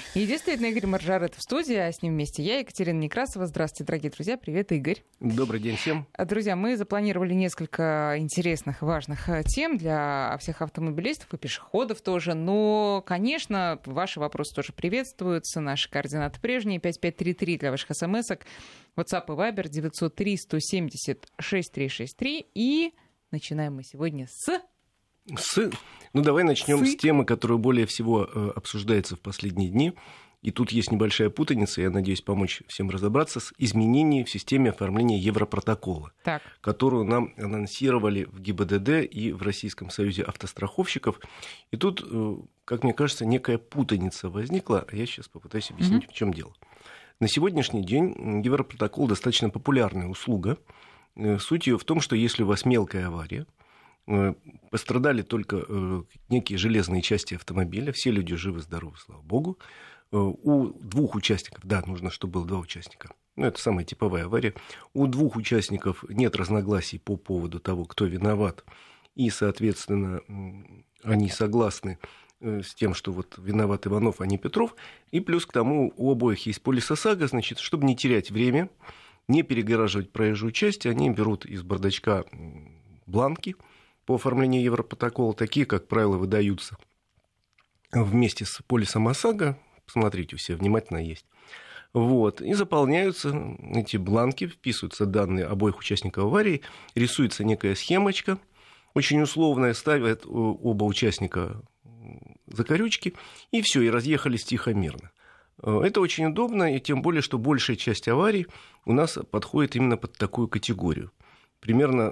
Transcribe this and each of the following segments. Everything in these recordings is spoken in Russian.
И действительно, Игорь Маржарет в студии, а с ним вместе я, Екатерина Некрасова. Здравствуйте, дорогие друзья. Привет, Игорь. Добрый день всем. Друзья, мы запланировали несколько интересных, важных тем для всех автомобилистов и пешеходов тоже. Но, конечно, ваши вопросы тоже приветствуются. Наши координаты прежние. 5533 для ваших смс-ок. WhatsApp и Viber 903-170-6363. И начинаем мы сегодня давай начнем с темы, которая более всего обсуждается в последние дни. И тут есть небольшая путаница, я надеюсь помочь всем разобраться, с изменением в системе оформления Европротокола, которую нам анонсировали в ГИБДД и в Российском союзе автостраховщиков. И тут, как мне кажется, некая путаница возникла, а я сейчас попытаюсь объяснить, в чем дело. На сегодняшний день Европротокол достаточно популярная услуга. Суть ее в том, что если у вас мелкая авария, пострадали только некие железные части автомобиля, все люди живы-здоровы, слава богу. У двух участников, да, нужно, чтобы было два участника, это самая типовая авария, у двух участников нет разногласий по поводу того, кто виноват, и, соответственно, они согласны с тем, что вот виноват Иванов, а не Петров, и плюс к тому у обоих есть полис ОСАГО, значит, чтобы не терять время, не перегораживать проезжую часть, они берут из бардачка бланки по оформлению Европротокола, такие, как правило, выдаются вместе с полисом ОСАГО. Посмотрите, у себя внимательно есть. Вот. И заполняются эти бланки, вписываются данные обоих участников аварии, рисуется некая схемочка, очень условная, ставят оба участника закорючки, и все, и разъехались тихо-мирно. Это очень удобно, и тем более, что большая часть аварий у нас подходит именно под такую категорию. Примерно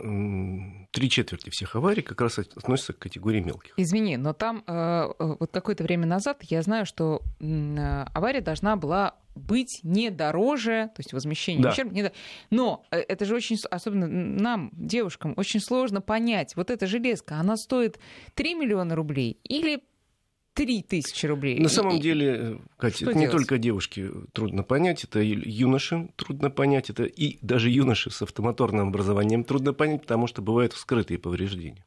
3/4 всех аварий как раз относятся к категории мелких. Извини, но там вот какое-то время назад я знаю, что авария должна была быть не дороже, то есть возмещение ущерба. Но это же очень, особенно нам, девушкам, очень сложно понять, вот эта железка, она стоит 3 миллиона рублей или 3000 рублей. На самом деле, Катя, это не только девушке трудно понять, это и юноше трудно понять, это и даже юноши с автомоторным образованием трудно понять, потому что бывают скрытые повреждения.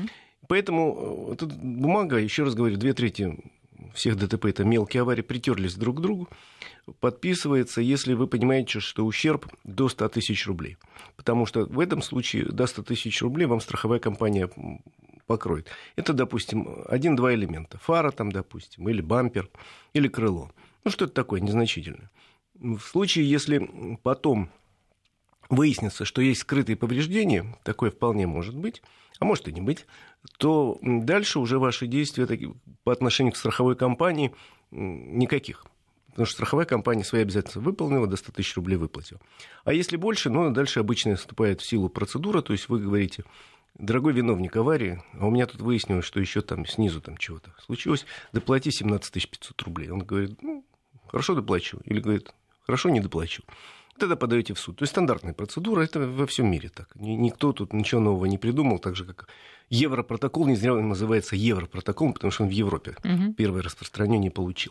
Поэтому эта бумага, еще раз говорю, 2/3 всех ДТП это мелкие аварии, притерлись друг к другу, подписывается, если вы понимаете, что ущерб до 100 тысяч рублей. Потому что в этом случае до 100 тысяч рублей вам страховая компания покроет. Это, допустим, 1-2 элемента. Фара, там, допустим, или бампер, или крыло. Что это такое незначительное. В случае, если потом выяснится, что есть скрытые повреждения, такое вполне может быть, а может и не быть, то дальше уже ваши действия по отношению к страховой компании никаких. Потому что страховая компания свои обязательства выполнила, до 100 тысяч рублей выплатила. А если больше, дальше обычно вступает в силу процедура, то есть вы говорите: дорогой виновник аварии, а у меня тут выяснилось, что еще там снизу там чего-то случилось, доплати 17 500 рублей. Он говорит: хорошо, доплачу. Или говорит: хорошо, не доплачу. Тогда подаете в суд. То есть стандартная процедура, это во всем мире так. Никто тут ничего нового не придумал, так же, как Европротокол, не зря он называется Европротоколом, потому что он в Европе первое распространение получил.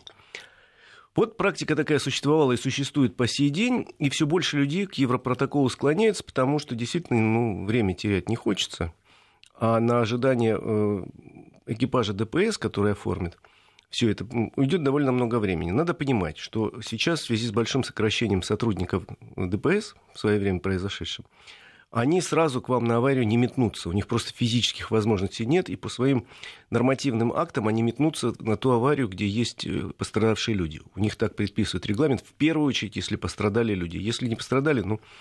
Вот практика такая существовала и существует по сей день, и все больше людей к Европротоколу склоняются, потому что действительно время терять не хочется, а на ожидание экипажа ДПС, который оформит все это, уйдет довольно много времени. Надо понимать, что сейчас в связи с большим сокращением сотрудников ДПС, в свое время произошедшим, они сразу к вам на аварию не метнутся. У них просто физических возможностей нет, и по своим нормативным актам они метнутся на ту аварию, где есть пострадавшие люди. У них так предписывает регламент, в первую очередь, если пострадали люди. Если не пострадали,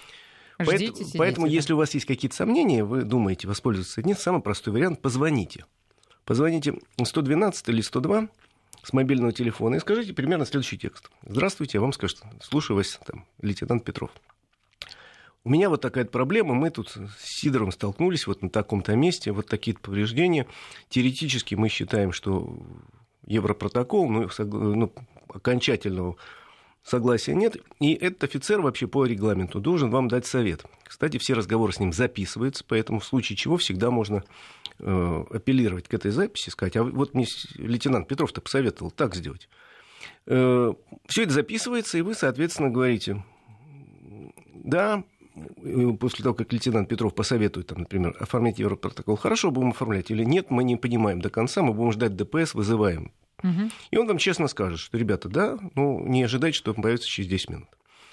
Поэтому, если у вас есть какие-то сомнения, вы думаете воспользоваться, нет, самый простой вариант – позвоните. Позвоните 112 или 102 с мобильного телефона и скажите примерно следующий текст. Здравствуйте, я вам скажу: слушаю вас, лейтенант Петров. У меня вот такая проблема, мы тут с Сидором столкнулись вот на таком-то месте, вот такие-то повреждения. Теоретически мы считаем, что Европротокол, окончательного согласия нет, и этот офицер вообще по регламенту должен вам дать совет. Кстати, все разговоры с ним записываются, поэтому в случае чего всегда можно апеллировать к этой записи, сказать: а вот мне лейтенант Петров-то посоветовал так сделать. Все это записывается, и вы, соответственно, говорите: да, после того, как лейтенант Петров посоветует, например, оформить Европротокол, хорошо, будем оформлять, или нет, мы не понимаем до конца, мы будем ждать ДПС, вызываем И он вам честно скажет, что, ребята, да, не ожидайте, что он появится через 10 минут.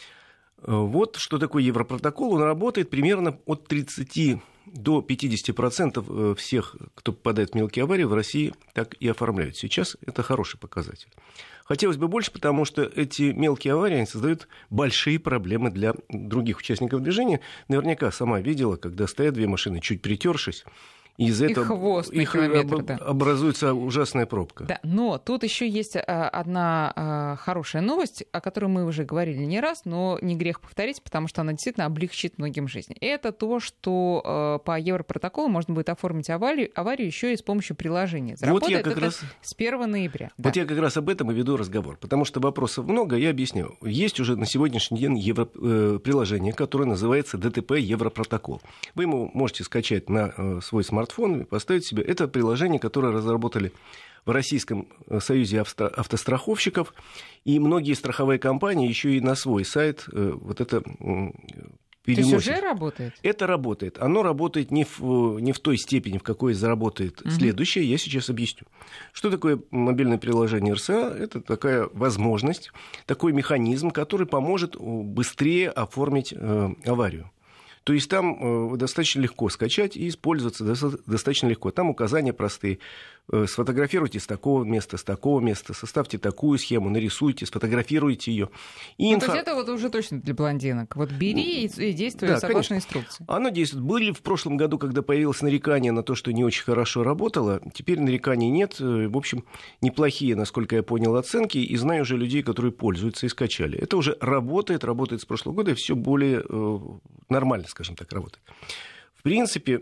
Вот что такое Европротокол. Он работает примерно от 30 до 50% всех, кто попадает в мелкие аварии, в России так и оформляют. Сейчас это хороший показатель. Хотелось бы больше, потому что эти мелкие аварии они создают большие проблемы для других участников движения. Наверняка сама видела, когда стоят две машины, чуть притершись, из-за этого образуется ужасная пробка. Да, но тут еще есть одна хорошая новость, о которой мы уже говорили не раз, но не грех повторить, потому что она действительно облегчит многим жизнь. Это то, что по Европротоколу можно будет оформить аварию еще и с помощью приложения. Заработает это с 1 ноября. Вот я как раз об этом и веду разговор, потому что вопросов много, я объясню. Есть уже на сегодняшний день приложение, которое называется ДТП Европротокол. Вы его можете скачать на свой смартфон и поставить себе. Это приложение, которое разработали в Российском союзе автостраховщиков, и многие страховые компании еще и на свой сайт вот это переносят. То есть уже работает? Это работает. Оно работает не в той степени, в какой заработает следующее. Я сейчас объясню. Что такое мобильное приложение РСА? Это такая возможность, такой механизм, который поможет быстрее оформить аварию. То есть там достаточно легко скачать и использоваться достаточно легко. Там указания простые. Сфотографируйте с такого места, составьте такую схему, нарисуйте, сфотографируйте ее. То есть это вот уже точно для блондинок. Вот бери и действуй согласно инструкции. Оно действует. Были в прошлом году, когда появилось нарекание на то, что не очень хорошо работало. Теперь нареканий нет. В общем, неплохие, насколько я понял, оценки. И знаю уже людей, которые пользуются и скачали. Это уже работает с прошлого года, и все более нормально, скажем так, работает. В принципе,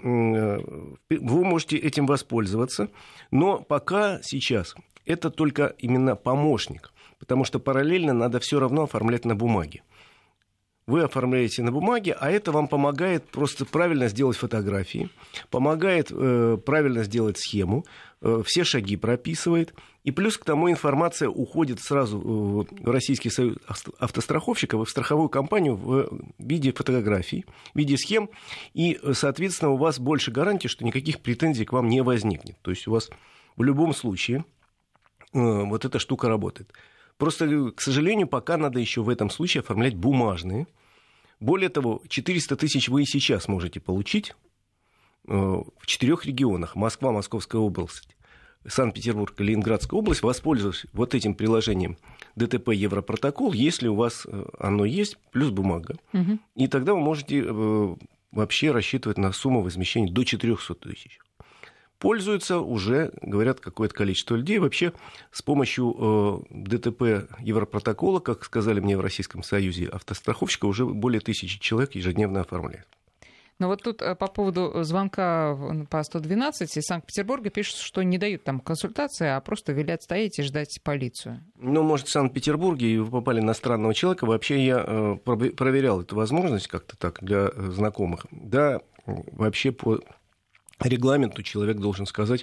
вы можете этим воспользоваться, но пока сейчас это только именно помощник, потому что параллельно надо все равно оформлять на бумаге. Вы оформляете на бумаге, а это вам помогает просто правильно сделать фотографии, помогает правильно сделать схему, все шаги прописывает. И плюс к тому информация уходит сразу в Российский союз автостраховщиков и в страховую компанию в виде фотографий, в виде схем. И, соответственно, у вас больше гарантий, что никаких претензий к вам не возникнет. То есть у вас в любом случае вот эта штука работает. Просто, к сожалению, пока надо еще в этом случае оформлять бумажные. Более того, 400 тысяч вы и сейчас можете получить в 4 регионах. Москва, Московская область, Санкт-Петербург, Ленинградская область, воспользовавшись вот этим приложением ДТП Европротокол, если у вас оно есть, плюс бумага. И тогда вы можете вообще рассчитывать на сумму возмещения до 400 тысяч. Пользуются уже, говорят, какое-то количество людей. Вообще с помощью ДТП Европротокола, как сказали мне в Российском союзе автостраховщиков, уже более 1000 человек ежедневно оформляют. Но вот тут по поводу звонка по 112 из Санкт-Петербурга пишут, что не дают там консультации, а просто велят стоять и ждать полицию. Может, в Санкт-Петербурге и вы попали на странного человека. Вообще я проверял эту возможность как-то так для знакомых. Да, вообще по регламенту человек должен сказать: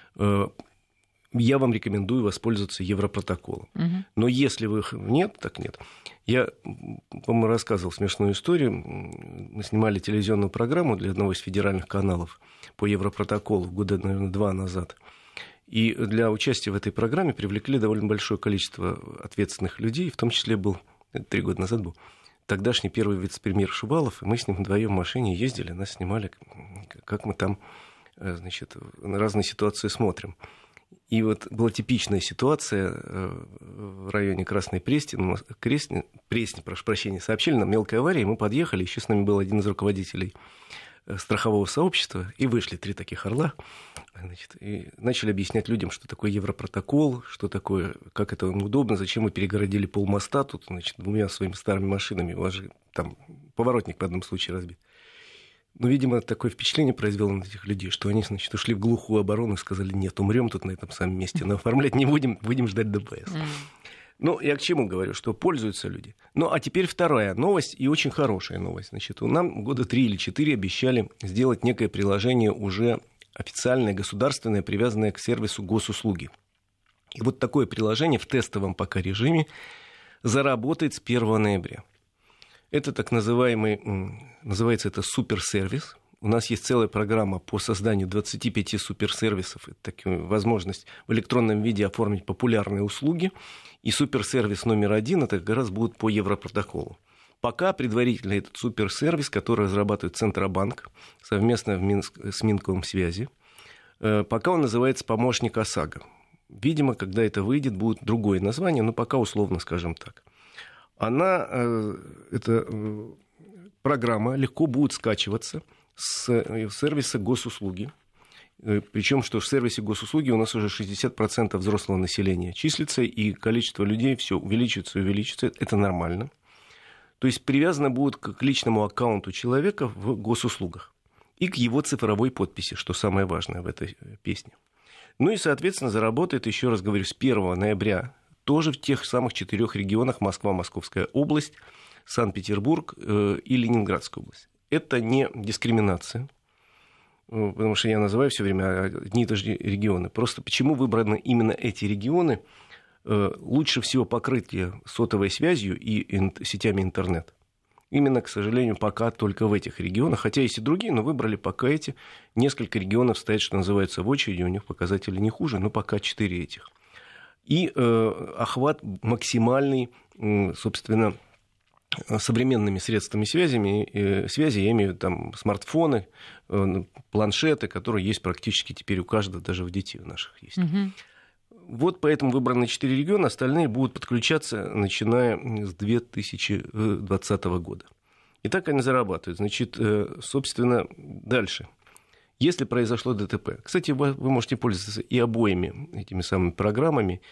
я вам рекомендую воспользоваться Европротоколом. Но если вы нет, так нет. Я, по-моему, рассказывал смешную историю. Мы снимали телевизионную программу для одного из федеральных каналов по Европротоколу года, наверное, 2 назад. И для участия в этой программе привлекли довольно большое количество ответственных людей, в том числе был, 3 года назад был, тогдашний первый вице-премьер Шувалов, и мы с ним вдвоем в машине ездили, нас снимали, как мы там, значит, на разные ситуации смотрим. И вот была типичная ситуация в районе Красной Пресни, прошу прощения, сообщили нам мелкая авария, мы подъехали, еще с нами был один из руководителей страхового сообщества, и вышли 3 таких орла, значит, и начали объяснять людям, что такое Европротокол, что такое, как это удобно, зачем мы перегородили полмоста тут, значит, 2 своими старыми машинами, у вас же там поворотник в одном случае разбит. Но, видимо, такое впечатление произвело на этих людей, что они, значит, ушли в глухую оборону и сказали: нет, умрем тут на этом самом месте, но оформлять не будем ждать ДПС. Ну, я к чему говорю, что пользуются люди. Ну, а теперь вторая новость, и очень хорошая новость. Значит, нам года 3 или 4 обещали сделать некое приложение уже официальное, государственное, привязанное к сервису госуслуги. И вот такое приложение в тестовом пока режиме заработает с 1 ноября. Это так называемый, называется это суперсервис. У нас есть целая программа по созданию 25 суперсервисов. Это такая возможность в электронном виде оформить популярные услуги. И суперсервис номер 1 это как раз будет по Европротоколу. Пока предварительно этот суперсервис, который разрабатывает Центробанк совместно с Минкомсвязи, пока он называется «Помощник ОСАГО». Видимо, когда это выйдет, будет другое название, но пока условно скажем так. Эта программа легко будет скачиваться с сервиса госуслуги. Причем, что в сервисе госуслуги у нас уже 60% взрослого населения числится, и количество людей все увеличивается и увеличивается. Это нормально. То есть привязано будет к личному аккаунту человека в госуслугах и к его цифровой подписи, что самое важное в этой песне. Ну и, соответственно, заработает, еще раз говорю, с 1 ноября тоже в тех самых 4 регионах: Москва, Московская область, Санкт-Петербург и Ленинградская область. Это не дискриминация, потому что я называю все время одни и те же регионы. Просто почему выбраны именно эти регионы? Лучше всего покрытие сотовой связью и сетями интернет. Именно, к сожалению, пока только в этих регионах. Хотя есть и другие, но выбрали пока эти. Несколько регионов стоят, что называется, в очереди. У них показатели не хуже, но пока 4 этих. И охват максимальный, собственно, современными средствами связи, я имею в виду там смартфоны, планшеты, которые есть практически теперь у каждого, даже у детей у наших есть. Угу. Вот поэтому выбраны 4 региона, остальные будут подключаться, начиная с 2020 года. И так они зарабатывают. Значит, собственно, дальше. Если произошло ДТП, кстати, вы можете пользоваться и обоими этими самыми программами,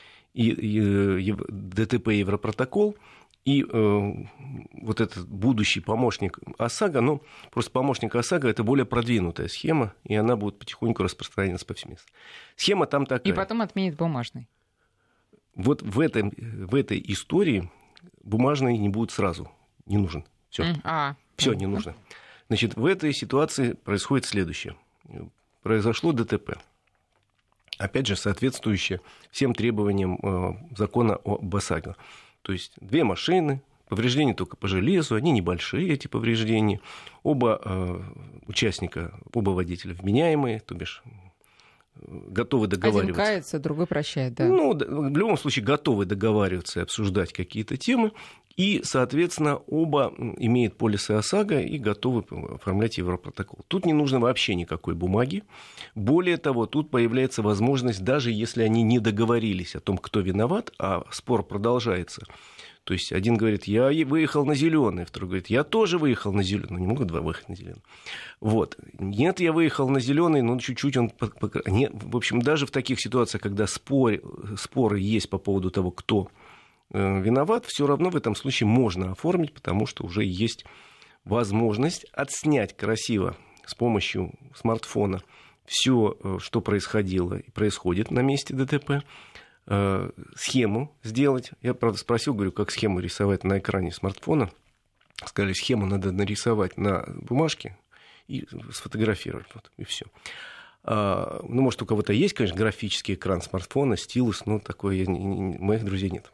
и ДТП Европротокол, и вот этот будущий помощник ОСАГО, но просто помощник ОСАГО – это более продвинутая схема, и она будет потихоньку распространяться повсеместно. Схема там такая. И потом отменит бумажный. Вот в этой истории бумажный не будет сразу, не нужен. Все не нужно. Значит, в этой ситуации происходит следующее. Произошло ДТП. Опять же, соответствующее всем требованиям закона об ОСАГО. То есть 2 машины, повреждения только по железу, они небольшие, эти повреждения. Оба участника, оба водителя вменяемые, то бишь готовы договариваться. Один кается, другой прощает, да. Ну, в любом случае готовы договариваться и обсуждать какие-то темы. И, соответственно, оба имеют полисы ОСАГО и готовы оформлять Европротокол. Тут не нужно вообще никакой бумаги. Более того, тут появляется возможность, даже если они не договорились о том, кто виноват, а спор продолжается. То есть один говорит, я выехал на зеленый, второй говорит, я тоже выехал на зеленый. Ну, не могут 2 выехать на зеленый. Вот. Нет, я выехал на зеленый, но чуть-чуть он... Нет, в общем, даже в таких ситуациях, когда споры есть по поводу того, кто виноват, все равно в этом случае можно оформить, потому что уже есть возможность отснять красиво с помощью смартфона все, что происходило и происходит на месте ДТП, схему сделать. Я, правда, спросил, говорю, как схему рисовать на экране смартфона. Сказали, схему надо нарисовать на бумажке и сфотографировать. Вот, и все. Ну, может, у кого-то есть, конечно, графический экран смартфона, стилус, но такое моих друзей нет.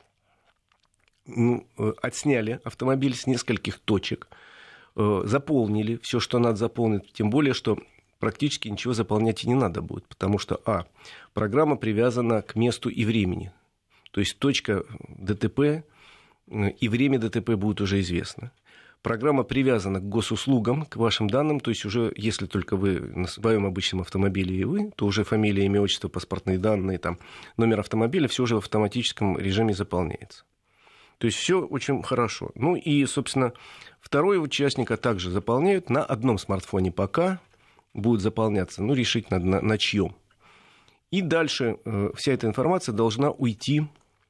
Ну, отсняли автомобиль с нескольких точек, заполнили все, что надо заполнить, тем более, что практически ничего заполнять и не надо будет, потому что, программа привязана к месту и времени, то есть точка ДТП и время ДТП будет уже известно. Программа привязана к госуслугам, к вашим данным, то есть уже, если только вы на своем обычном автомобиле и вы, то уже фамилия, имя, отчество, паспортные данные, там, номер автомобиля, все уже в автоматическом режиме заполняется. То есть все очень хорошо. Ну и, собственно, второй участника также заполняют на одном смартфоне пока будет заполняться, ну, решить надо на чьем. И дальше вся эта информация должна уйти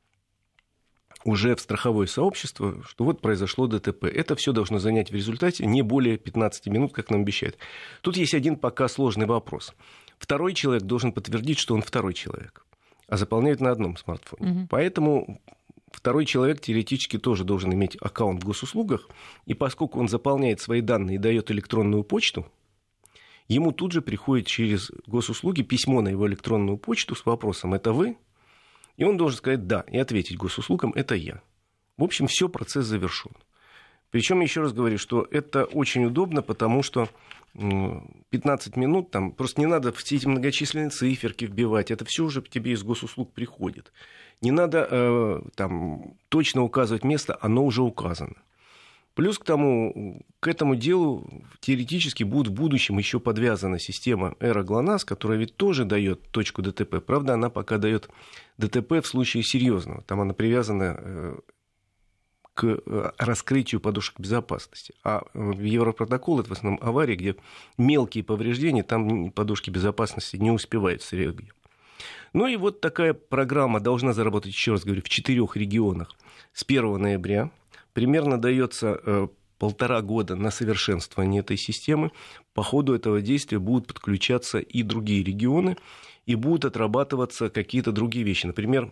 уже в страховое сообщество, что вот произошло ДТП. Это все должно занять в результате не более 15 минут, как нам обещают. Тут есть один пока сложный вопрос. Второй человек должен подтвердить, что он второй человек, а заполняют на одном смартфоне. Угу. Поэтому второй человек теоретически тоже должен иметь аккаунт в госуслугах, и поскольку он заполняет свои данные и дает электронную почту, ему тут же приходит через госуслуги письмо на его электронную почту с вопросом «Это вы?». И он должен сказать «да» и ответить госуслугам «это я». В общем, все, процесс завершен. Причем, еще раз говорю, что это очень удобно, потому что 15 минут, там просто не надо все эти многочисленные циферки вбивать, это все уже тебе из госуслуг приходит. Не надо там точно указывать место, оно уже указано. Плюс к этому делу теоретически будет в будущем еще подвязана система ЭРО-ГЛОНАСС, которая ведь тоже дает точку ДТП. Правда, она пока дает ДТП в случае серьезного. Там она привязана к раскрытию подушек безопасности. А Европротокол — это в основном аварии, где мелкие повреждения, там подушки безопасности не успевают среагировать. Ну и вот такая программа должна заработать, еще раз говорю, в 4 регионах с 1 ноября. Примерно дается 1,5 года на совершенствование этой системы. По ходу этого действия будут подключаться и другие регионы, и будут отрабатываться какие-то другие вещи. Например,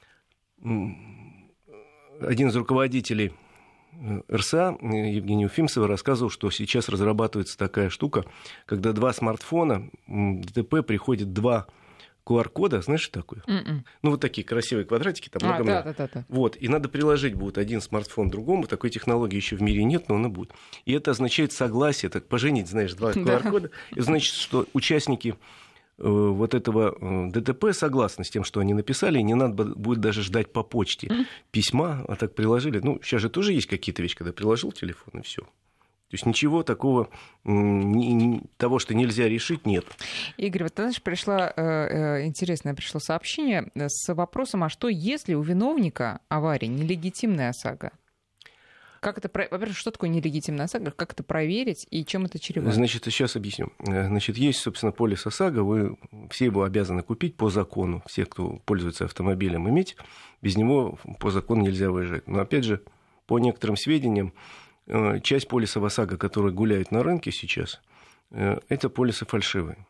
один из руководителей РСА, Евгений Уфимцев, рассказывал, что сейчас разрабатывается такая штука, когда 2 смартфона, ДТП, приходит 2 QR-кода, знаешь, что такое? Ну, вот такие красивые квадратики, там много. Да. Вот, и надо приложить будет один смартфон к другому, такой технологии еще в мире нет, но она будет. И это означает согласие, так поженить, знаешь, 2 QR-кода. Это значит, что участники вот этого ДТП согласны с тем, что они написали, и не надо будет даже ждать по почте письма, а так приложили. Ну, сейчас же тоже есть какие-то вещи, когда приложил телефон, и все. То есть ничего такого, того, что нельзя решить, нет. Игорь, вот, знаешь, интересное пришло сообщение с вопросом, а что если у виновника аварии нелегитимная ОСАГО? Как это, во-первых, что такое нелегитимная ОСАГО, как это проверить и чем это чревато? Значит, сейчас объясню. Значит, есть, собственно, полис ОСАГО, вы все его обязаны купить по закону, все, кто пользуется автомобилем, иметь, без него по закону нельзя выезжать. Но, опять же, по некоторым сведениям, часть полисов ОСАГО, которые гуляют на рынке сейчас, это полисы фальшивые.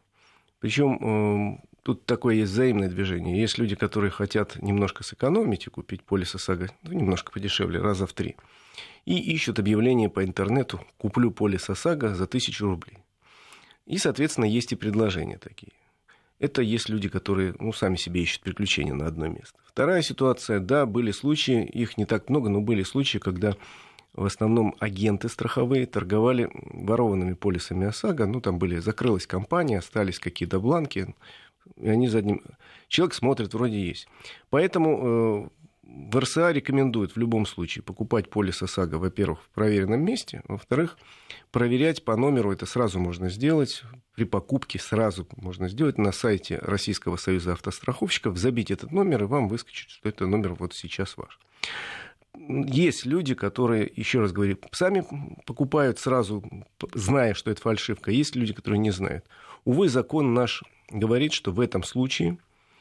Причем тут такое есть взаимное движение. Есть люди, которые хотят немножко сэкономить и купить полис ОСАГО, немножко подешевле, раза в 3, и ищут объявление по интернету: «Куплю полис ОСАГО за 1000 рублей». И, соответственно, есть и предложения такие. Это есть люди, которые сами себе ищут приключения на одно место. Вторая ситуация, да, были случаи, их не так много, но были случаи, когда в основном агенты страховые торговали ворованными полисами ОСАГО. Там закрылась компания, остались какие-то бланки, и они за ним... Человек смотрит, вроде есть. Поэтому в РСА рекомендуют в любом случае покупать полис ОСАГО, во-первых, в проверенном месте, во-вторых, проверять по номеру, это сразу можно сделать, при покупке сразу можно сделать на сайте Российского союза автостраховщиков, забить этот номер, и вам выскочит, что это номер вот сейчас ваш. Есть люди, которые, еще раз говорю, сами покупают сразу, зная, что это фальшивка. Есть люди, которые не знают. Увы, закон наш говорит, что в этом случае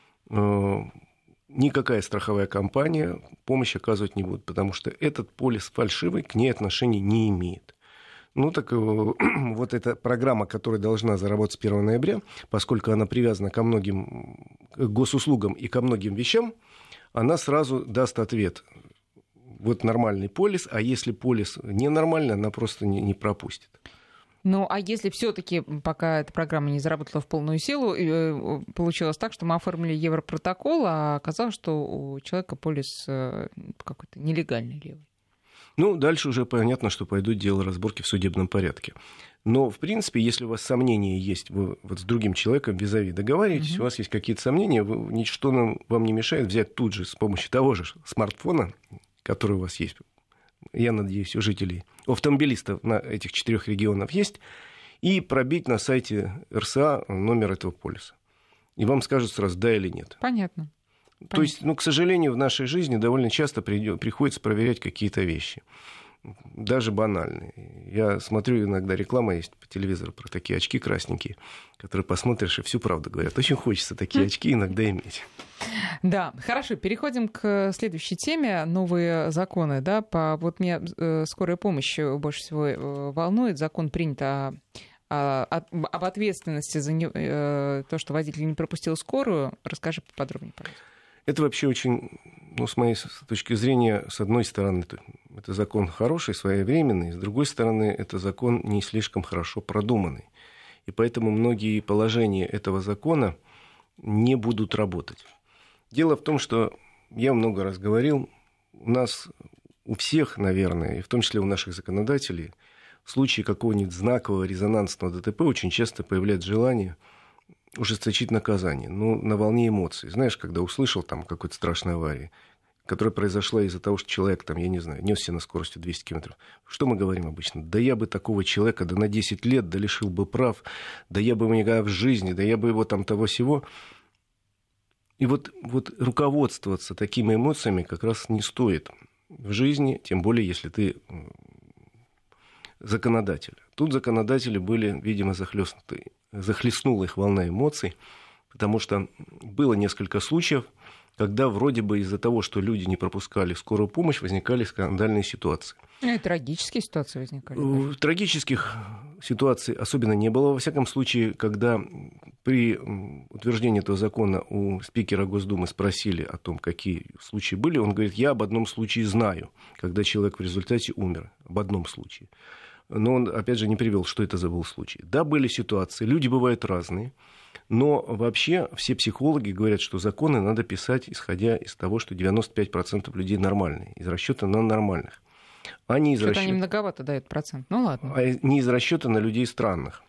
никакая страховая компания помощь оказывать не будет, потому что этот полис фальшивый, к ней отношения не имеет. Так вот эта программа, которая должна заработать с 1 ноября, поскольку она привязана ко многим госуслугам и ко многим вещам, она сразу даст ответ. Вот нормальный полис, а если полис ненормальный, она просто не пропустит. А если все-таки, пока эта программа не заработала в полную силу, получилось так, что мы оформили Европротокол, а оказалось, что у человека полис какой-то нелегальный левый? Дальше уже понятно, что пойдут дело разборки в судебном порядке. Но, в принципе, если у вас сомнения есть, вы вот с другим человеком визави договариваетесь, у вас есть какие-то сомнения, ничто вам не мешает взять тут же с помощью того же смартфона, который у вас есть, я надеюсь, у жителей, у автомобилистов на этих 4 регионах есть, и пробить на сайте РСА номер этого полиса. И вам скажут сразу, да или нет. Понятно. То есть, к сожалению, в нашей жизни довольно часто приходится проверять какие-то вещи, даже банальные. Я смотрю, иногда реклама есть по телевизору про такие очки красненькие, которые посмотришь и всю правду говорят. Очень хочется такие очки иногда иметь. Да, хорошо, переходим к следующей теме. Новые законы. Да? Вот меня скорая помощь больше всего волнует. Закон принят об ответственности за то, что водитель не пропустил скорую. Расскажи поподробнее, пожалуйста. Это вообще очень, с моей точки зрения, с одной стороны, это закон хороший, своевременный, с другой стороны, это закон не слишком хорошо продуманный. И поэтому многие положения этого закона не будут работать. Дело в том, что я много раз говорил, у нас, у всех, наверное, и в том числе у наших законодателей, в случае какого-нибудь знакового резонансного ДТП очень часто появляется желание ужесточить наказание. Ну, на волне эмоций. Знаешь, когда услышал там какой-то страшной аварии, которая произошла из-за того, что человек, там, я не знаю, несся на скорости 200 км. Что мы говорим обычно? Да я бы такого человека на 10 лет лишил бы прав, да я бы его никогда в жизни, да я бы его там того-сего. И вот руководствоваться такими эмоциями как раз не стоит в жизни, тем более, если ты законодатель. Тут законодатели были, видимо, захлестнула их волна эмоций, потому что было несколько случаев, когда вроде бы из-за того, что люди не пропускали скорую помощь, возникали скандальные ситуации. И трагические ситуации возникали. Трагических ситуаций особенно не было. Во всяком случае, когда при утверждении этого закона у спикера Госдумы спросили о том, какие случаи были, он говорит, я об одном случае знаю, когда человек в результате умер. Об одном случае. Но он, опять же, не привел, что это за был случай. Да, были ситуации, люди бывают разные. Но вообще все психологи говорят, что законы надо писать, исходя из того, что 95% людей нормальные, из расчета на нормальных. А не из Что-то они многовато дают процент, ну ладно. А не из расчета на людей странных.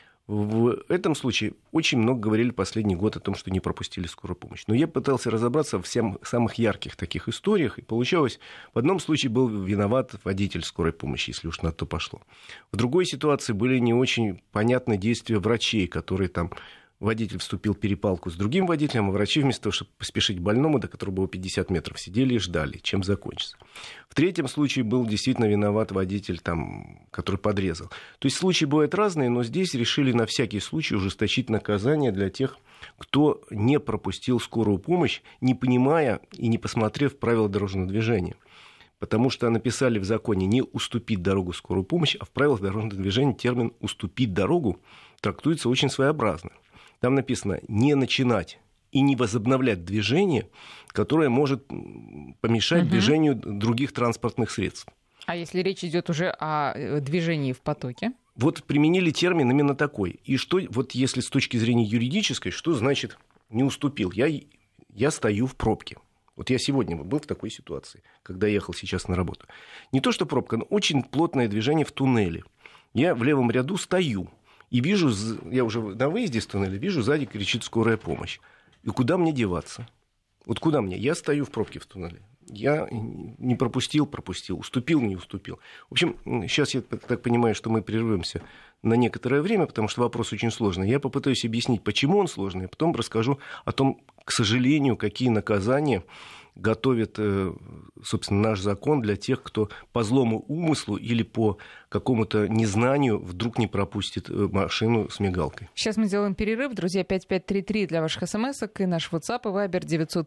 В этом случае очень много говорили последний год о том, что не пропустили скорую помощь. Но я пытался разобраться в самых ярких таких историях, и получалось, в одном случае был виноват водитель скорой помощи, если уж на то пошло. В другой ситуации были не очень понятны действия врачей, которые там... Водитель вступил в перепалку с другим водителем, а врачи вместо того, чтобы поспешить к больному, до которого было 50 метров, сидели и ждали, чем закончится. В третьем случае был действительно виноват водитель, там, который подрезал. То есть случаи бывают разные, но здесь решили на всякий случай ужесточить наказание для тех, кто не пропустил скорую помощь, не понимая и не посмотрев правила дорожного движения. Потому что написали в законе не «уступить дорогу скорую помощь», а в правилах дорожного движения термин «уступить дорогу» трактуется очень своеобразно. Там написано «не начинать и не возобновлять движение, которое может помешать движению других транспортных средств». А если речь идет уже о движении в потоке? Вот применили термин именно такой. И что, вот если с точки зрения юридической, что значит «не уступил»? Я стою в пробке. Вот я сегодня был в такой ситуации, когда ехал сейчас на работу. Не то что пробка, но очень плотное движение в туннеле. Я в левом ряду стою. И вижу, я уже на выезде с туннеля, вижу, сзади кричит скорая помощь. И куда мне деваться? Вот куда мне? Я стою в пробке в туннеле. Я не пропустил, уступил, не уступил. В общем, сейчас я так понимаю, что мы прервемся на некоторое время, потому что вопрос очень сложный. Я попытаюсь объяснить, почему он сложный, а потом расскажу о том, к сожалению, какие наказания готовит, собственно, наш закон для тех, кто по злому умыслу или по какому-то незнанию вдруг не пропустит машину с мигалкой. Сейчас мы делаем перерыв. Друзья, 5533 для ваших смс-ок и наш WhatsApp и Viber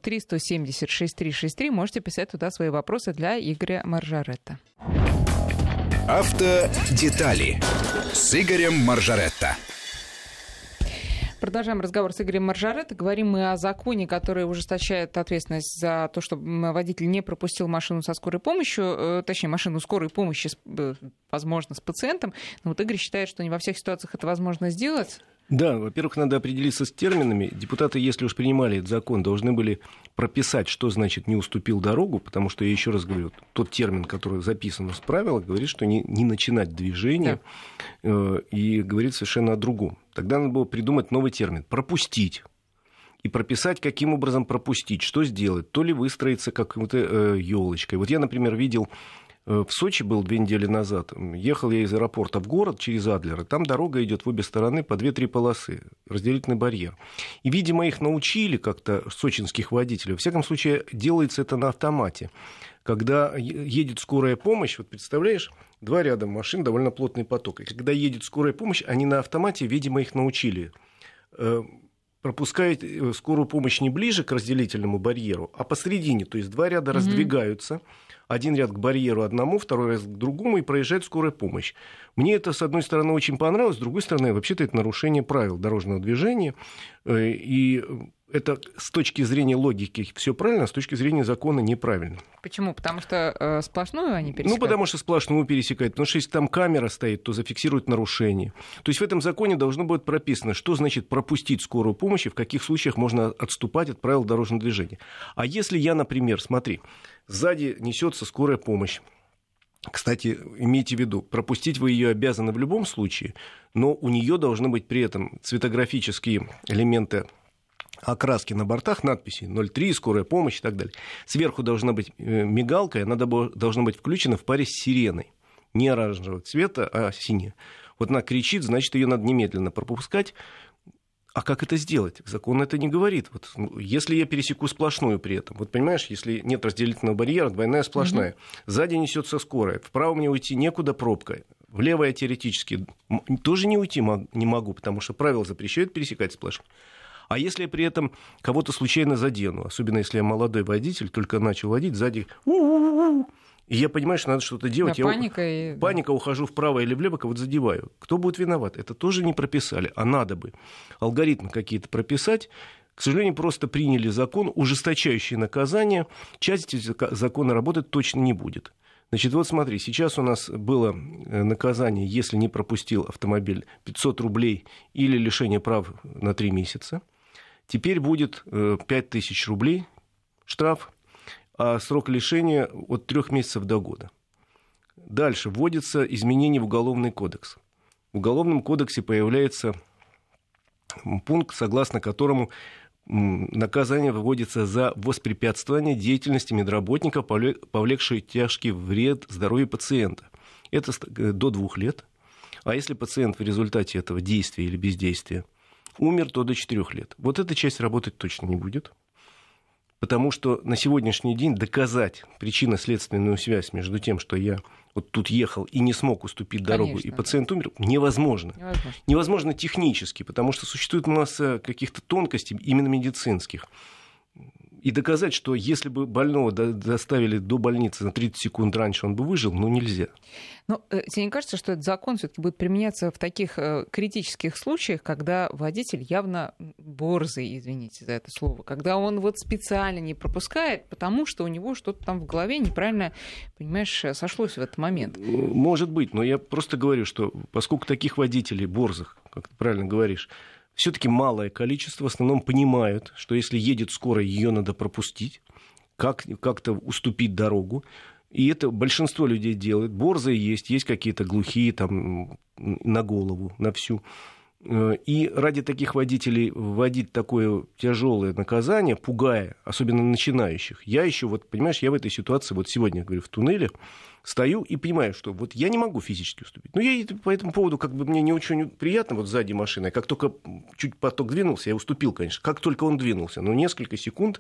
903-170-6363. Можете писать туда свои вопросы для Игоря Маржаретта. Автодетали с Игорем Маржаретто. Продолжаем разговор с Игорем Маржаретто. Говорим мы о законе, который ужесточает ответственность за то, что водитель не пропустил машину со скорой помощью, точнее, машину скорой помощи, возможно, с пациентом. Но вот Игорь считает, что не во всех ситуациях это возможно сделать. Да, во-первых, надо определиться с терминами. Депутаты, если уж принимали этот закон, должны были прописать, что значит «не уступил дорогу», потому что, я еще раз говорю, тот термин, который записан в правилах, говорит, что не начинать движение, да. И говорит совершенно о другом. Тогда надо было придумать новый термин – «пропустить». И прописать, каким образом пропустить, что сделать, то ли выстроиться какой-то елочкой. Вот я, например, видел... В Сочи был 2 недели назад. Ехал я из аэропорта в город через Адлер. Там дорога идет в обе стороны по 2-3 полосы. Разделительный барьер. И, видимо, их научили как-то, сочинских водителей. Во всяком случае, делается это на автомате. Когда едет скорая помощь, вот представляешь, 2 ряда машин, довольно плотный поток. И когда едет скорая помощь, они на автомате, видимо, их научили. Пропускают скорую помощь не ближе к разделительному барьеру, а посередине. То есть 2 ряда раздвигаются. Один ряд к барьеру одному, второй ряд к другому, и проезжает скорая помощь. Мне это, с одной стороны, очень понравилось, с другой стороны, вообще-то это нарушение правил дорожного движения. И это с точки зрения логики все правильно, а с точки зрения закона неправильно. Почему? Потому что сплошную они пересекают? Ну, потому что сплошную пересекают. Потому что если там камера стоит, то зафиксирует нарушение. То есть в этом законе должно быть прописано, что значит пропустить скорую помощь и в каких случаях можно отступать от правил дорожного движения. А если я, например, смотри, сзади несется скорая помощь, Кстати, имейте в виду, пропустить вы ее обязаны в любом случае, но у нее должны быть при этом цветографические элементы окраски на бортах, надписи 03, скорая помощь и так далее. Сверху должна быть мигалка, и она должна быть включена в паре с сиреной. Не оранжевого цвета, а синяя. Вот она кричит, значит, ее надо немедленно пропускать. А как это сделать? Закон это не говорит. Вот, если я пересеку сплошную при этом, вот понимаешь, если нет разделительного барьера, двойная сплошная, сзади несется скорая, вправо мне уйти некуда, пробка, влево я теоретически тоже не уйти не могу, потому что правила запрещают пересекать сплошную. А если я при этом кого-то случайно задену, особенно если я молодой водитель, только начал водить, сзади и я понимаю, что надо что-то делать. Да, паника, ухожу вправо или влево, кого-то задеваю. Кто будет виноват? Это тоже не прописали, а надо бы алгоритмы какие-то прописать. К сожалению, просто приняли закон, ужесточающий наказание. Часть закона работать точно не будет. Значит, вот смотри, сейчас у нас было наказание, если не пропустил автомобиль, 500 рублей или лишение прав на 3 месяца. Теперь будет 5000 рублей штраф, а срок лишения от 3 месяцев до года. Дальше вводится изменение в Уголовный кодекс. В Уголовном кодексе появляется пункт, согласно которому наказание выводится за воспрепятствование деятельности медработника, повлекшей тяжкий вред здоровью пациента. Это до 2 лет. А если пациент в результате этого действия или бездействия умер, то до 4 лет. Вот эта часть работать точно не будет. Потому что на сегодняшний день доказать причинно-следственную связь между тем, что я вот тут ехал и не смог уступить дорогу, и пациент умер, невозможно. Невозможно технически, потому что существует масса каких-то тонкостей, именно медицинских. И доказать, что если бы больного доставили до больницы на 30 секунд раньше, он бы выжил, нельзя. Но тебе не кажется, что этот закон все-таки будет применяться в таких критических случаях, когда водитель явно борзый, извините за это слово, когда он вот специально не пропускает, потому что у него что-то там в голове неправильно, понимаешь, сошлось в этот момент? Может быть, но я просто говорю, что поскольку таких водителей борзых, как ты правильно говоришь, все-таки малое количество, в основном понимают, что если едет скорая, ее надо пропустить, как-то уступить дорогу. И это большинство людей делает. Борзые есть какие-то глухие там, на голову, на всю. И ради таких водителей вводить такое тяжелое наказание, пугая, особенно начинающих. Я еще, вот, понимаешь, я в этой ситуации, вот сегодня, говорю, в туннеле, стою и понимаю, что вот я не могу физически уступить. Но я по этому поводу, как бы мне не очень приятно, вот сзади машины. Как только чуть поток двинулся, я уступил, конечно. Как только он двинулся, но несколько секунд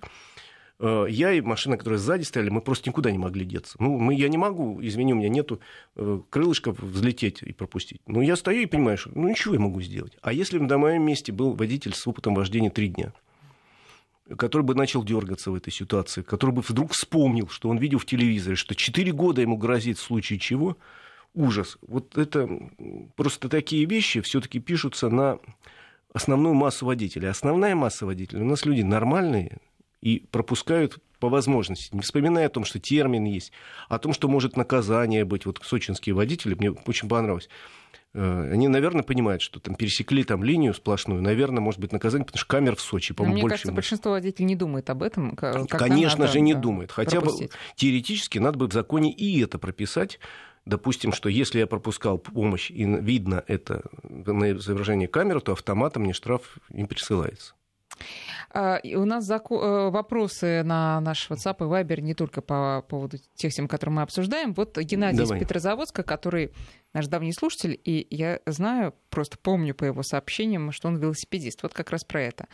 я и машина, которая сзади стояли, мы просто никуда не могли деться. Я не могу, извини, у меня нету крылышков взлететь и пропустить. Но я стою и понимаю, что ничего я могу сделать. А если бы на моем месте был водитель с опытом вождения 3 дня, который бы начал дергаться в этой ситуации, который бы вдруг вспомнил, что он видел в телевизоре, что 4 года ему грозит в случае чего, ужас. Вот это просто такие вещи все-таки пишутся на основную массу водителей. Основная масса водителей у нас люди нормальные и пропускают по возможности, не вспоминая о том, что термин есть, о том, что может наказание быть. Вот сочинские водители, мне очень понравилось. Они, наверное, понимают, что там пересекли там линию сплошную. Наверное, может быть наказание, потому что камер в Сочи, по-моему, больше. Мне кажется, большинство водителей не думает об этом. Конечно же, не думает. Хотя бы теоретически надо бы в законе и это прописать. Допустим, что если я пропускал помощь, и видно это на изображении камеры, то автоматом мне штраф не присылается. У нас вопросы на наш WhatsApp и Viber не только по поводу тех тем, которые мы обсуждаем. Вот Геннадий из Петрозаводска, который наш давний слушатель, и я знаю, просто помню по его сообщениям, что он велосипедист. Вот как раз про это.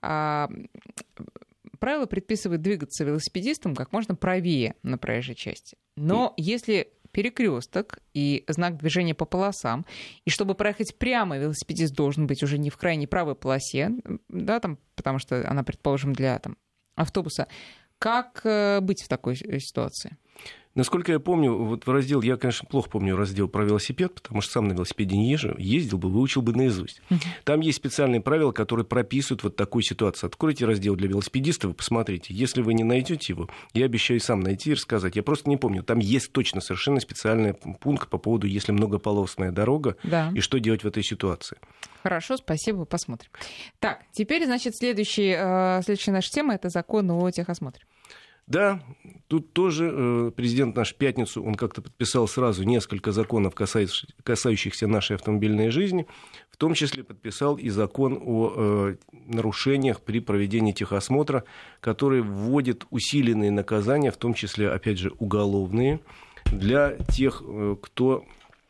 Правило предписывает двигаться велосипедистам как можно правее на проезжей части. Но если перекресток и знак движения по полосам, и чтобы проехать прямо, велосипедист должен быть уже не в крайней правой полосе, да, там, потому что она, предположим, для автобуса. Как быть в такой ситуации? Насколько я помню, вот в раздел, я, конечно, плохо помню раздел про велосипед, потому что сам на велосипеде не езжу, ездил бы, выучил бы наизусть. Там есть специальные правила, которые прописывают вот такую ситуацию. Откройте раздел для велосипедистов и посмотрите. Если вы не найдете его, я обещаю сам найти и рассказать. Я просто не помню. Там есть точно совершенно специальный пункт по поводу, если многополосная дорога, и что делать в этой ситуации. Хорошо, спасибо, посмотрим. Так, теперь, значит, следующая наша тема — это закон о техосмотре. Да, тут тоже президент наш в пятницу, он как-то подписал сразу несколько законов, касающихся нашей автомобильной жизни, в том числе подписал и закон о нарушениях при проведении техосмотра, который вводит усиленные наказания, в том числе, опять же, уголовные, для тех, кто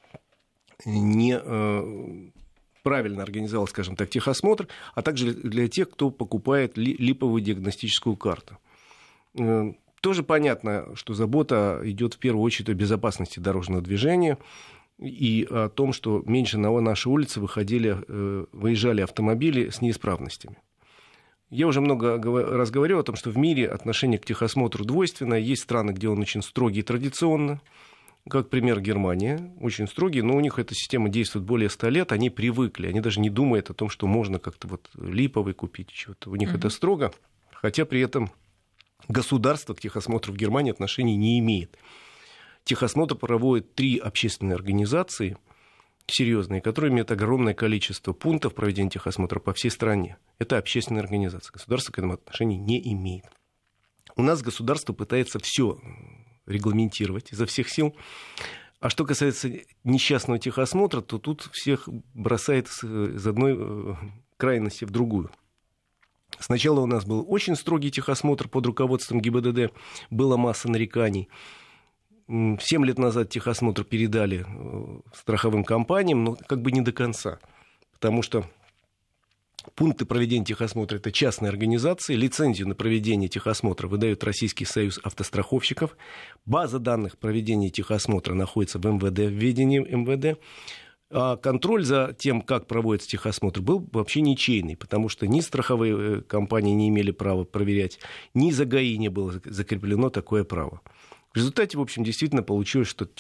не правильно организовал, скажем так, техосмотр, а также для тех, кто покупает липовую диагностическую карту. Тоже понятно, что забота идет в первую очередь о безопасности дорожного движения и о том, что меньше на наши улицы выезжали автомобили с неисправностями. Я уже много раз говорил о том, что в мире отношение к техосмотру двойственное. Есть страны, где он очень строгий традиционно, как пример Германия, очень строгий, но у них эта система действует более 100 лет, они привыкли, они даже не думают о том, что можно как-то вот липовый купить, чего-то. У них это строго, хотя при этом государство к техосмотру в Германии отношений не имеет. Техосмотр проводят 3 общественные организации серьезные, которые имеют огромное количество пунктов проведения техосмотра по всей стране. Это общественные организации. Государство к этому отношения не имеет. У нас государство пытается все регламентировать изо всех сил. А что касается несчастного техосмотра, то тут всех бросает из одной крайности в другую. Сначала у нас был очень строгий техосмотр под руководством ГИБДД, была масса нареканий. 7 лет назад техосмотр передали страховым компаниям, но как бы не до конца, потому что пункты проведения техосмотра – это частные организации, лицензию на проведение техосмотра выдает Российский союз автостраховщиков, база данных проведения техосмотра находится в МВД, в ведении МВД. А контроль за тем, как проводится техосмотр, был вообще ничейный, потому что ни страховые компании не имели права проверять, ни за ГАИ не было закреплено такое право. В результате, в общем, действительно получилось, что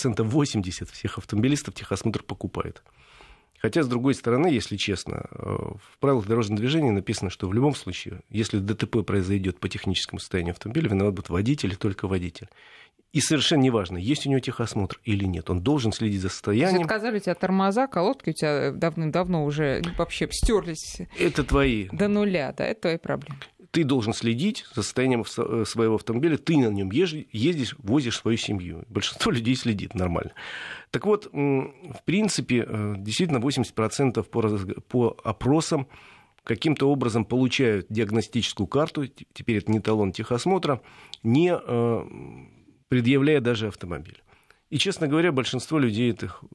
80% всех автомобилистов техосмотр покупают. Хотя, с другой стороны, если честно, в правилах дорожного движения написано, что в любом случае, если ДТП произойдет по техническому состоянию автомобиля, виноват будет водитель и только водитель. И совершенно неважно, есть у него техосмотр или нет. Он должен следить за состоянием. Если отказали у тебя тормоза, колодки у тебя давным-давно уже вообще стерлись. Это твои. До нуля, да, это твои проблемы. Ты должен следить за состоянием своего автомобиля, ты на нем ездишь, возишь свою семью. Большинство людей следит нормально. Так вот, в принципе, действительно 80% по опросам каким-то образом получают диагностическую карту, теперь это не талон техосмотра, не предъявляя даже автомобиль. И, честно говоря, большинство людей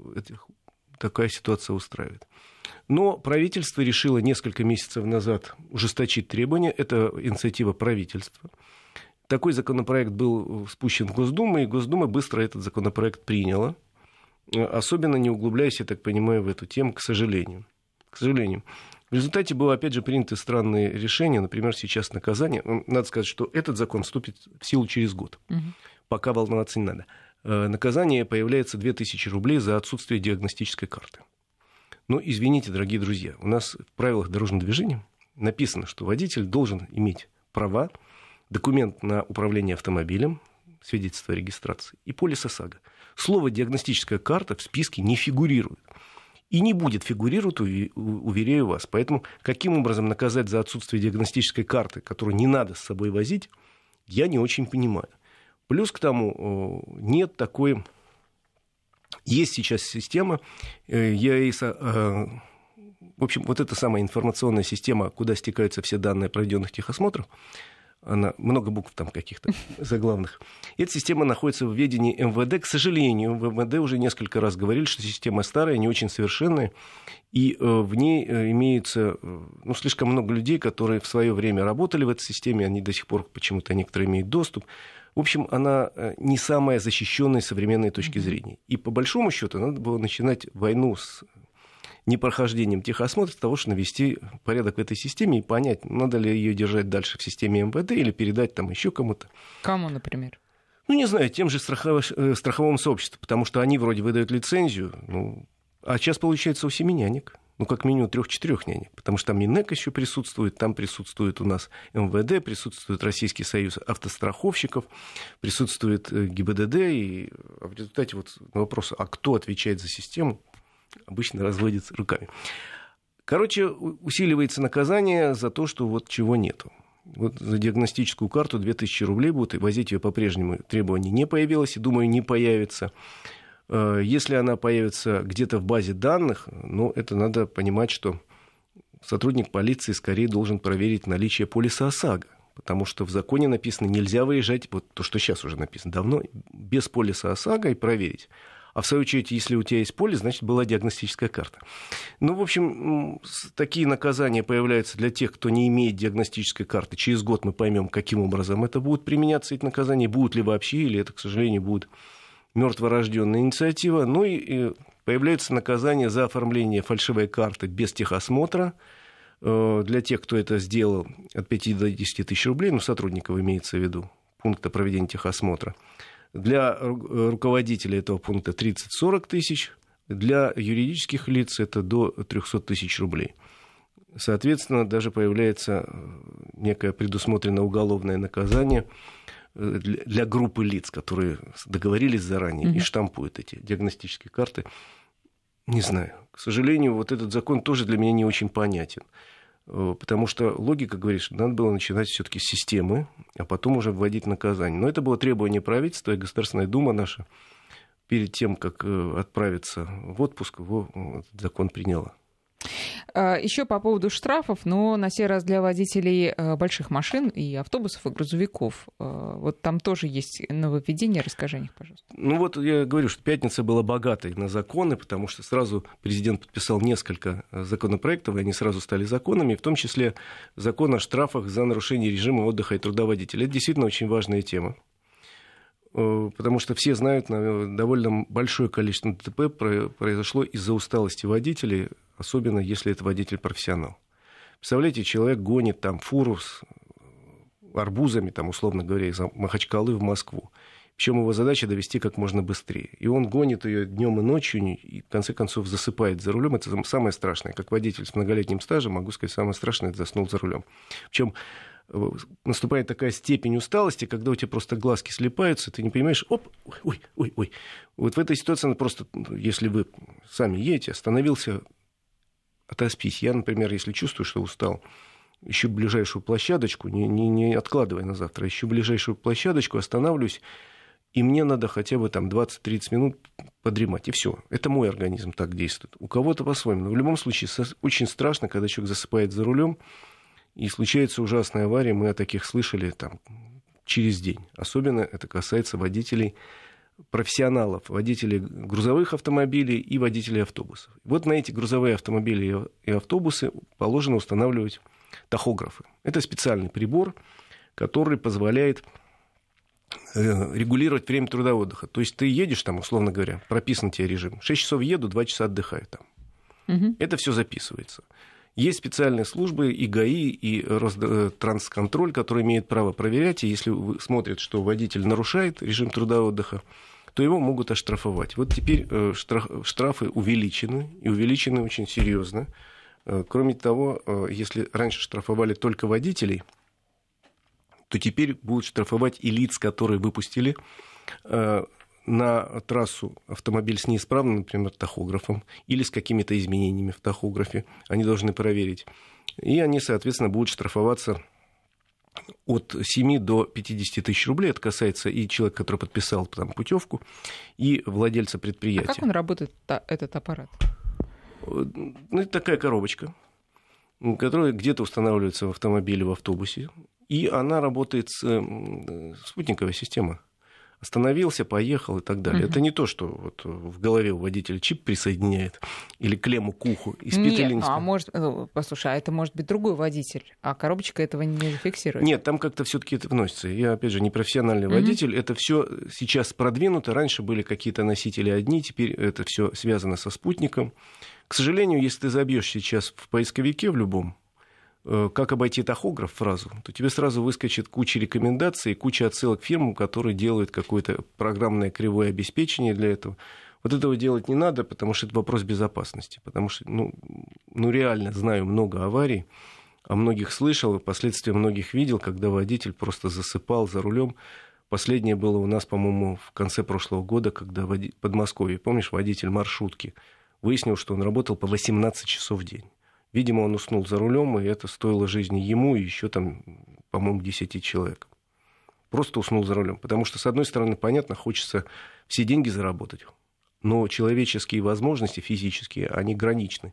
такая ситуация устраивает. Но правительство решило несколько месяцев назад ужесточить требования. Это инициатива правительства. Такой законопроект был спущен в Госдуму, и Госдума быстро этот законопроект приняла. Особенно не углубляясь, я так понимаю, в эту тему, к сожалению. К сожалению. В результате было, опять же, принято странные решения. Например, сейчас наказание. Надо сказать, что этот закон вступит в силу через год. Пока волноваться не надо. Наказание появляется 2000 рублей за отсутствие диагностической карты. Ну, извините, дорогие друзья, у нас в правилах дорожного движения написано, что водитель должен иметь права, документ на управление автомобилем, свидетельство о регистрации и полис ОСАГО. Слово «диагностическая карта» в списке не фигурирует. И не будет фигурировать, уверяю вас. Поэтому каким образом наказать за отсутствие диагностической карты, которую не надо с собой возить, я не очень понимаю. Плюс к тому, нет такой... Есть сейчас система, в общем, вот эта самая информационная система, куда стекаются все данные о проведенных техосмотрах, она, много букв там каких-то заглавных. Эта система находится в ведении МВД. К сожалению, в МВД уже несколько раз говорили, что система старая, не очень совершенная, и в ней имеется слишком много людей, которые в свое время работали в этой системе, они до сих пор почему-то некоторые имеют доступ. В общем, она не самая защищенная с современной точки зрения. И по большому счету надо было начинать войну с непрохождением техосмотра с того, чтобы навести порядок в этой системе и понять, надо ли ее держать дальше в системе МВД или передать там еще кому-то. Кому, например? Не знаю, тем же страховому сообществу, потому что они вроде выдают лицензию, а сейчас получается у 7 нянек. Как минимум 3-4 нянек, потому что там Минэк еще присутствует, там присутствует у нас МВД, присутствует Российский союз автостраховщиков, присутствует ГИБДД, и в результате на вопрос, а кто отвечает за систему, обычно разводится руками. Усиливается наказание за то, что чего нету. Вот за диагностическую карту 2000 рублей будут, и возить ее по-прежнему требований не появилось, и, думаю, не появится. Если она появится где-то в базе данных, ну, это надо понимать, что сотрудник полиции скорее должен проверить наличие полиса ОСАГО, потому что в законе написано, нельзя выезжать, вот то, что сейчас уже написано, давно, без полиса ОСАГО и проверить. А в свою очередь, если у тебя есть полис, значит, была диагностическая карта. Ну, в общем, такие наказания появляются для тех, кто не имеет диагностической карты. Через год мы поймем, каким образом это будут применяться, эти наказания, будут ли вообще, или это, к сожалению, будет мертворожденная инициатива. Ну и появляются наказания за оформление фальшивой карты без техосмотра. Для тех, кто это сделал, от 5 до 10 тысяч рублей, ну, сотрудников имеется в виду, пункта проведения техосмотра. Для руководителя этого пункта 30-40 тысяч, для юридических лиц это до 300 тысяч рублей. Соответственно, даже появляется некое предусмотренное уголовное наказание для группы лиц, которые договорились заранее и штампуют эти диагностические карты. Не знаю. К сожалению, вот этот закон тоже для меня не очень понятен. Потому что логика говорит, что надо было начинать все-таки с системы, а потом уже вводить наказание. Но это было требование правительства, и Государственная Дума наша перед тем, как отправиться в отпуск, его этот закон приняла. Еще по поводу штрафов, но на сей раз для водителей больших машин и автобусов, и грузовиков. Вот там тоже есть нововведение. Расскажи о них, пожалуйста. Ну вот я говорю, что пятница была богатой на законы, потому что сразу президент подписал несколько законопроектов, и они сразу стали законами, в том числе закон о штрафах за нарушение режима отдыха и труда водителя. Это действительно очень важная тема. Потому что все знают, довольно большое количество ДТП произошло из-за усталости водителей, особенно если это водитель-профессионал. Представляете, человек гонит там фуру с арбузами, там, условно говоря, из Махачкалы в Москву. Причем его задача довести как можно быстрее. И он гонит ее днем и ночью, и в конце концов засыпает за рулем. Это самое страшное. Как водитель с многолетним стажем, могу сказать, самое страшное — это заснул за рулем. Причем наступает такая степень усталости, когда у тебя просто глазки слипаются, ты не понимаешь, ой. Вот в этой ситуации просто, если вы сами едете, остановился, отоспись. Я, например, если чувствую, что устал, ищу ближайшую площадочку, не откладывая на завтра, ищу ближайшую площадочку, останавливаюсь, и мне надо хотя бы там 20-30 минут подремать, и все. Это мой организм так действует. У кого-то по-своему. Но в любом случае очень страшно, когда человек засыпает за рулем, и случается ужасная авария, мы о таких слышали там, через день. Особенно это касается водителей профессионалов, водителей грузовых автомобилей и водителей автобусов. Вот на эти грузовые автомобили и автобусы положено устанавливать тахографы. Это специальный прибор, который позволяет регулировать время труда и отдыха. То есть ты едешь там, условно говоря, прописан тебе режим. 6 часов еду, 2 часа отдыхаю там. Это все записывается. Есть специальные службы и ГАИ, и Ространсконтроль, которые имеют право проверять, и если смотрят, что водитель нарушает режим труда и отдыха, то его могут оштрафовать. Вот теперь штрафы увеличены, и увеличены очень серьезно. Кроме того, если раньше штрафовали только водителей, то теперь будут штрафовать и лиц, которые выпустили на трассу автомобиль с неисправным, например, тахографом или с какими-то изменениями в тахографе. Они должны проверить. И они, соответственно, будут штрафоваться от 7 до 50 тысяч рублей. Это касается и человека, который подписал там путевку, и владельца предприятия. А как он работает, этот аппарат? Ну, это такая коробочка, которая где-то устанавливается в автомобиле, в автобусе. И она работает спутниковая система. Остановился, поехал и так далее. Это не то, что вот в голове у водителя чип присоединяет или клемму к уху и спит или не спит. Послушай, а это может быть другой водитель, а коробочка этого не зафиксирует? Нет, там как-то все-таки это вносится. Я, опять же, не профессиональный водитель. Это все сейчас продвинуто. Раньше были какие-то носители одни, теперь это все связано со спутником. К сожалению, если ты забьешь сейчас в поисковике в любом, как обойти тахограф фразу, то тебе сразу выскочит куча рекомендаций, куча отсылок к фирмам, которые делают какое-то программное кривое обеспечение для этого. Вот этого делать не надо, потому что это вопрос безопасности. Потому что, ну реально знаю много аварий, о многих слышал, последствия многих видел, когда водитель просто засыпал за рулем. Последнее было у нас, по-моему, в конце прошлого года, когда в Подмосковье, помнишь, водитель маршрутки выяснил, что он работал по 18 часов в день. Видимо, он уснул за рулем, и это стоило жизни ему и еще там, по-моему, 10 человек. Просто уснул за рулем. Потому что, с одной стороны, понятно, хочется все деньги заработать, но человеческие возможности физические, они граничны.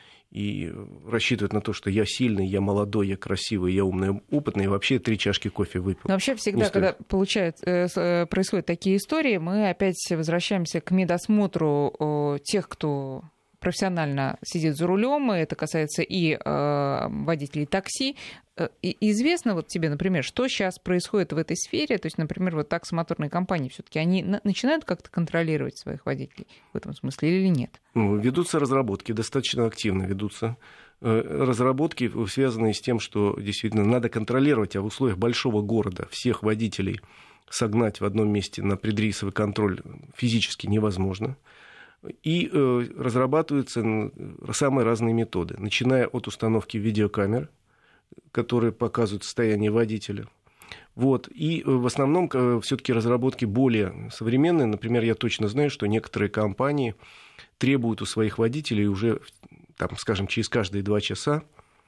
И рассчитывать на то, что я сильный, я молодой, я красивый, я умный, опытный, и вообще 3 чашки кофе выпил. Но вообще всегда, когда происходят такие истории, мы опять возвращаемся к медосмотру тех, кто профессионально сидит за рулем, и это касается и водителей такси. И известно вот тебе, например, что сейчас происходит в этой сфере? То есть, например, вот таксомоторные компании все-таки они начинают как-то контролировать своих водителей в этом смысле или нет? Ведутся разработки, достаточно активно ведутся разработки, связанные с тем, что действительно надо контролировать, а в условиях большого города всех водителей согнать в одном месте на предрейсовый контроль физически невозможно. И разрабатываются самые разные методы, начиная от установки видеокамер, которые показывают состояние водителя. Вот. И в основном все-таки разработки более современные. Например, я точно знаю, что некоторые компании требуют у своих водителей уже, там, скажем, через каждые 2 часа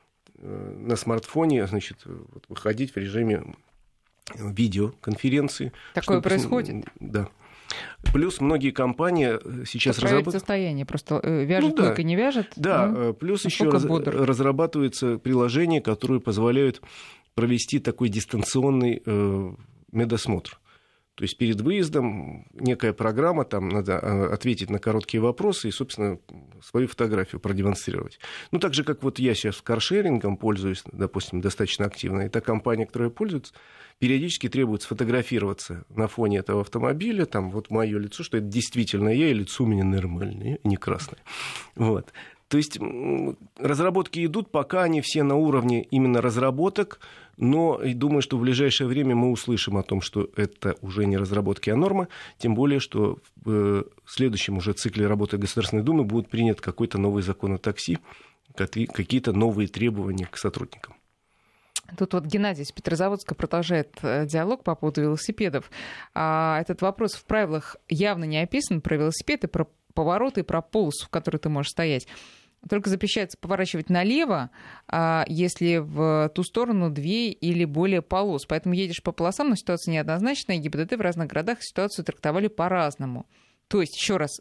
на смартфоне, значит, выходить в режиме видеоконференции. Такое происходит? Да. Плюс многие компании сейчас разрабатывают состояние, просто вяжет только не вяжет. Да, плюс еще разрабатываются приложения, которые позволяют провести такой дистанционный медосмотр. То есть перед выездом некая программа, там надо ответить на короткие вопросы и, собственно, свою фотографию продемонстрировать. Ну, так же, как вот я сейчас каршерингом пользуюсь, допустим, достаточно активно, и та компания, которая пользуется, периодически требует сфотографироваться на фоне этого автомобиля, там вот мое лицо, что это действительно я, и лицо у меня нормальное, не красное. Вот. То есть разработки идут, пока они все на уровне именно разработок, но и думаю, что в ближайшее время мы услышим о том, что это уже не разработки, а норма, тем более, что в следующем уже цикле работы Государственной Думы будет принят какой-то новый закон о такси, какие-то новые требования к сотрудникам. Тут вот Геннадий из Петрозаводска продолжает диалог по поводу велосипедов. Этот вопрос в правилах явно не описан, про велосипеды, про повороты и про полосу, в которой ты можешь стоять. Только запрещается поворачивать налево, если в ту сторону 2 или более полос. Поэтому едешь по полосам, но ситуация неоднозначная. ГИБДД в разных городах ситуацию трактовали по-разному. То есть, еще раз,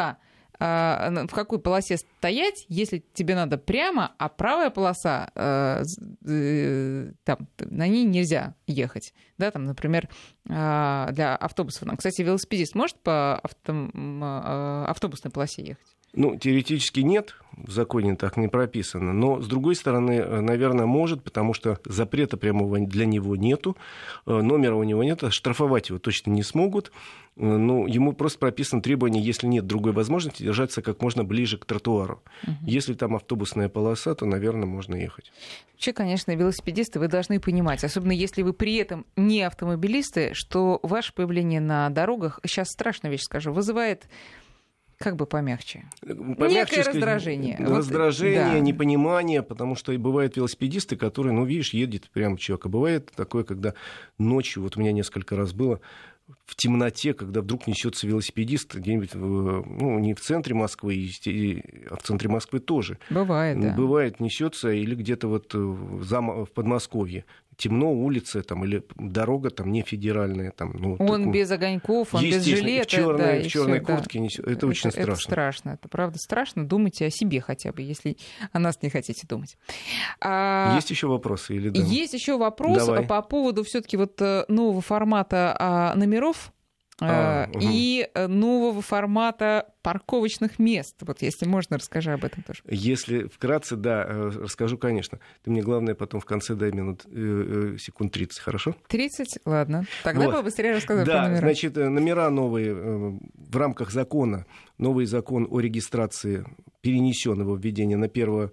в какой полосе стоять, если тебе надо прямо, а правая полоса, там, на ней нельзя ехать. Да, там, например, для автобусов. Кстати, велосипедист может по автобусной полосе ехать? Ну, теоретически нет, в законе так не прописано, но, с другой стороны, наверное, может, потому что запрета прямого для него нету, номера у него нет, штрафовать его точно не смогут, но ему просто прописано требование, если нет другой возможности, держаться как можно ближе к тротуару. Если там автобусная полоса, то, наверное, можно ехать. Вообще, конечно, велосипедисты, вы должны понимать, особенно если вы при этом не автомобилисты, что ваше появление на дорогах, сейчас страшную вещь скажу, вызывает... Как бы помягче. Некое раздражение. Раздражение, да. Непонимание, потому что и бывают велосипедисты, которые, ну, видишь, едет прямо человек. А бывает такое, когда ночью, вот у меня несколько раз было, в темноте, когда вдруг несется велосипедист где-нибудь, ну, не в центре Москвы, а в центре Москвы тоже. Бывает, да. Бывает, несется или где-то вот в Подмосковье. Темно, улица там, или дорога там, не федеральная. Там, ну, он так, без огоньков, он без жилета. В черной куртке. Это очень страшно. Это страшно. Это правда страшно. Думайте о себе хотя бы, если о нас не хотите думать. Есть еще вопросы? Или да? Есть еще вопрос по поводу все-таки вот нового формата номеров. И нового формата парковочных мест. Вот если можно, расскажи об этом тоже. Если вкратце, да, расскажу, конечно. Ты мне, главное, потом в конце дай секунд 30, хорошо? 30? Ладно. Тогда вот. Побыстрее рассказывай про номера. Да, значит, номера новые в рамках закона. Новый закон о регистрации перенесен его введение на 1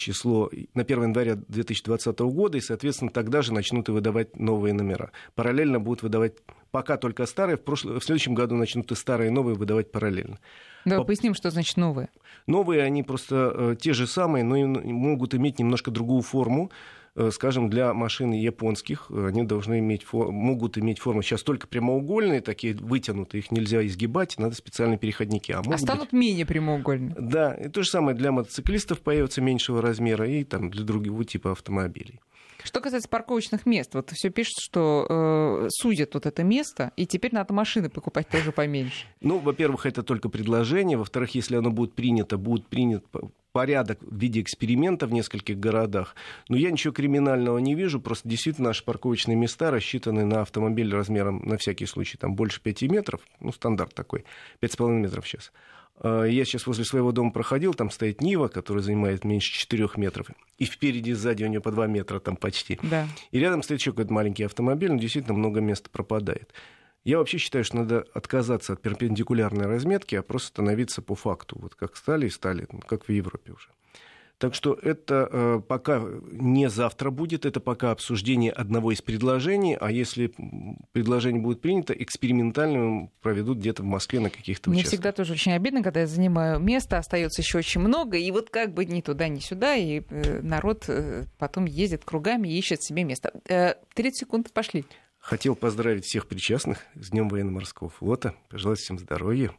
января 2020 года, и, соответственно, тогда же начнут и выдавать новые номера. Параллельно будут выдавать пока только старые, в следующем году начнут и старые, и новые выдавать параллельно. Да, поясним, что значит новые. Новые, они просто те же самые, но могут иметь немножко другую форму. скажем, для машин японских они могут иметь форму сейчас только прямоугольные, такие вытянутые, их нельзя изгибать, надо специальные переходники. А станут менее прямоугольными. Да, и то же самое для мотоциклистов появится меньшего размера и там, для другого типа автомобилей. Что касается парковочных мест, вот все пишут, что судят вот это место, и теперь надо машины покупать тоже поменьше. Ну, во-первых, это только предложение. Во-вторых, если оно будет принят порядок в виде эксперимента в нескольких городах. Но я ничего криминального не вижу. Просто действительно наши парковочные места рассчитаны на автомобиль размером, на всякий случай, там больше 5 метров. Ну, стандарт такой. 5,5 метров сейчас. Я сейчас возле своего дома проходил, там стоит Нива, которая занимает меньше 4 метров. И впереди, и сзади у нее по 2 метра там почти. Да. И рядом стоит еще какой-то маленький автомобиль, но действительно много места пропадает. Я вообще считаю, что надо отказаться от перпендикулярной разметки, а просто становиться по факту. Вот как стали, как в Европе уже. Так что это пока не завтра будет, это пока обсуждение одного из предложений, а если предложение будет принято, экспериментально проведут где-то в Москве на каких-то участках. Мне всегда тоже очень обидно, когда я занимаю место, остается еще очень много, и вот как бы ни туда, ни сюда, и народ потом ездит кругами и ищет себе место. 30 секунд, пошли. Хотел поздравить всех причастных с Днем военно-морского флота, пожелать всем здоровья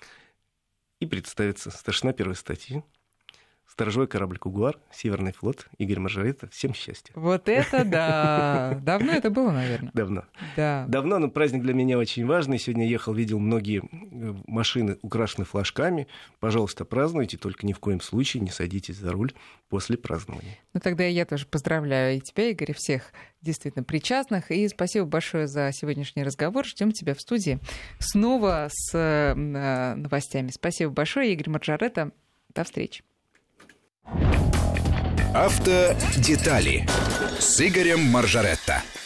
и представиться. Старшина первой статьи. Сторожевой корабль «Кугуар», Северный флот, Игорь Маржарета. Всем счастья. Вот это да! Давно это было, наверное? Давно. Да. Давно, но праздник для меня очень важный. Сегодня ехал, видел многие машины, украшены флажками. Пожалуйста, празднуйте, только ни в коем случае не садитесь за руль после празднования. Ну тогда я тоже поздравляю и тебя, Игорь, и всех действительно причастных. И спасибо большое за сегодняшний разговор. Ждем тебя в студии снова с новостями. Спасибо большое, Игорь Маржарета. До встречи. Автодетали с Игорем Маржаретто.